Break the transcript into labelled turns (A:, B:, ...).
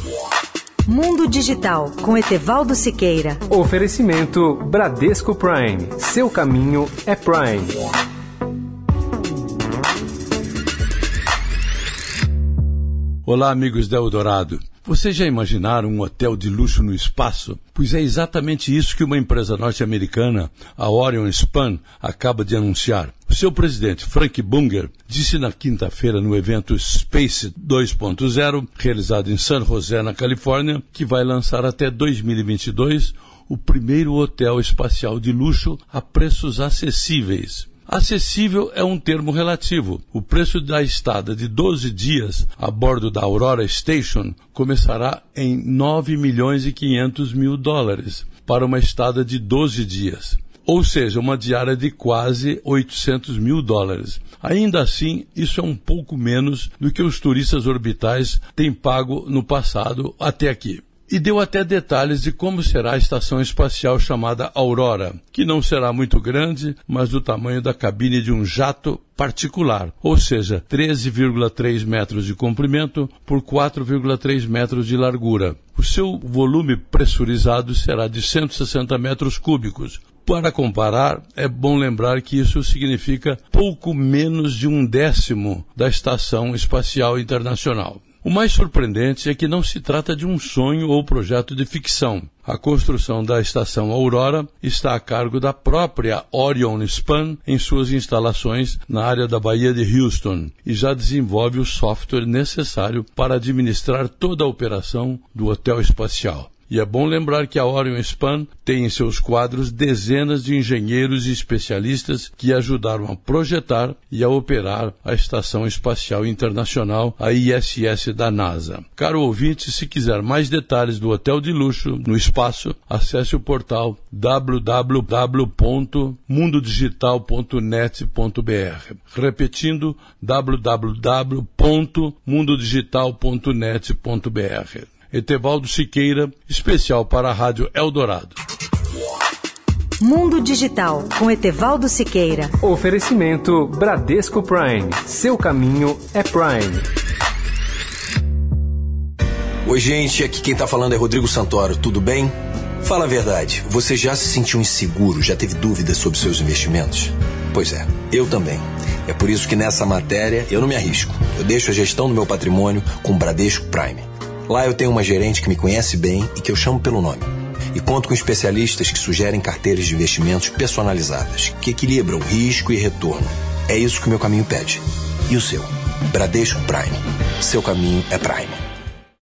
A: Mundo Digital, com Etevaldo Siqueira.
B: Oferecimento Bradesco Prime. Seu caminho é Prime.
C: Olá, amigos da Eldorado. Vocês já imaginaram um hotel de luxo no espaço? Pois é exatamente isso que uma empresa norte-americana, a Orion Span, acaba de anunciar. O seu presidente, Frank Bunger, disse na quinta-feira no evento Space 2.0, realizado em San José, na Califórnia, que vai lançar até 2022 o primeiro hotel espacial de luxo a preços acessíveis. Acessível é um termo relativo. O preço da estada de 12 dias a bordo da Aurora Station começará em $9.500.000 para uma estada de 12 dias. Ou seja, uma diária de quase $800.000. Ainda assim, isso é um pouco menos do que os turistas orbitais têm pago no passado até aqui. E deu até detalhes de como será a estação espacial chamada Aurora, que não será muito grande, mas do tamanho da cabine de um jato particular, ou seja, 13,3 metros de comprimento por 4,3 metros de largura. O seu volume pressurizado será de 160 metros cúbicos. Para comparar, é bom lembrar que isso significa pouco menos de 1/10 da Estação Espacial Internacional. O mais surpreendente é que não se trata de um sonho ou projeto de ficção. A construção da estação Aurora está a cargo da própria Orion Span em suas instalações na área da Baía de Houston e já desenvolve o software necessário para administrar toda a operação do hotel espacial. E é bom lembrar que a Orion Span tem em seus quadros dezenas de engenheiros e especialistas que ajudaram a projetar e a operar a Estação Espacial Internacional, a ISS da NASA. Caro ouvinte, se quiser mais detalhes do hotel de luxo no espaço, acesse o portal www.mundodigital.net.br. Repetindo, www.mundodigital.net.br. Etevaldo Siqueira, especial para a Rádio Eldorado.
A: Mundo Digital, com Etevaldo Siqueira.
B: Oferecimento Bradesco Prime. Seu caminho é Prime.
D: Oi, gente, aqui quem tá falando é Rodrigo Santoro, tudo bem? Fala a verdade, você já se sentiu inseguro, já teve dúvidas sobre seus investimentos? Pois é, eu também. É por isso que nessa matéria eu não me arrisco. Eu deixo a gestão do meu patrimônio com o Bradesco Prime. Lá eu tenho uma gerente que me conhece bem e que eu chamo pelo nome. E conto com especialistas que sugerem carteiras de investimentos personalizadas, que equilibram risco e retorno. É isso que o meu caminho pede. E o seu? Bradesco Prime. Seu caminho é Prime.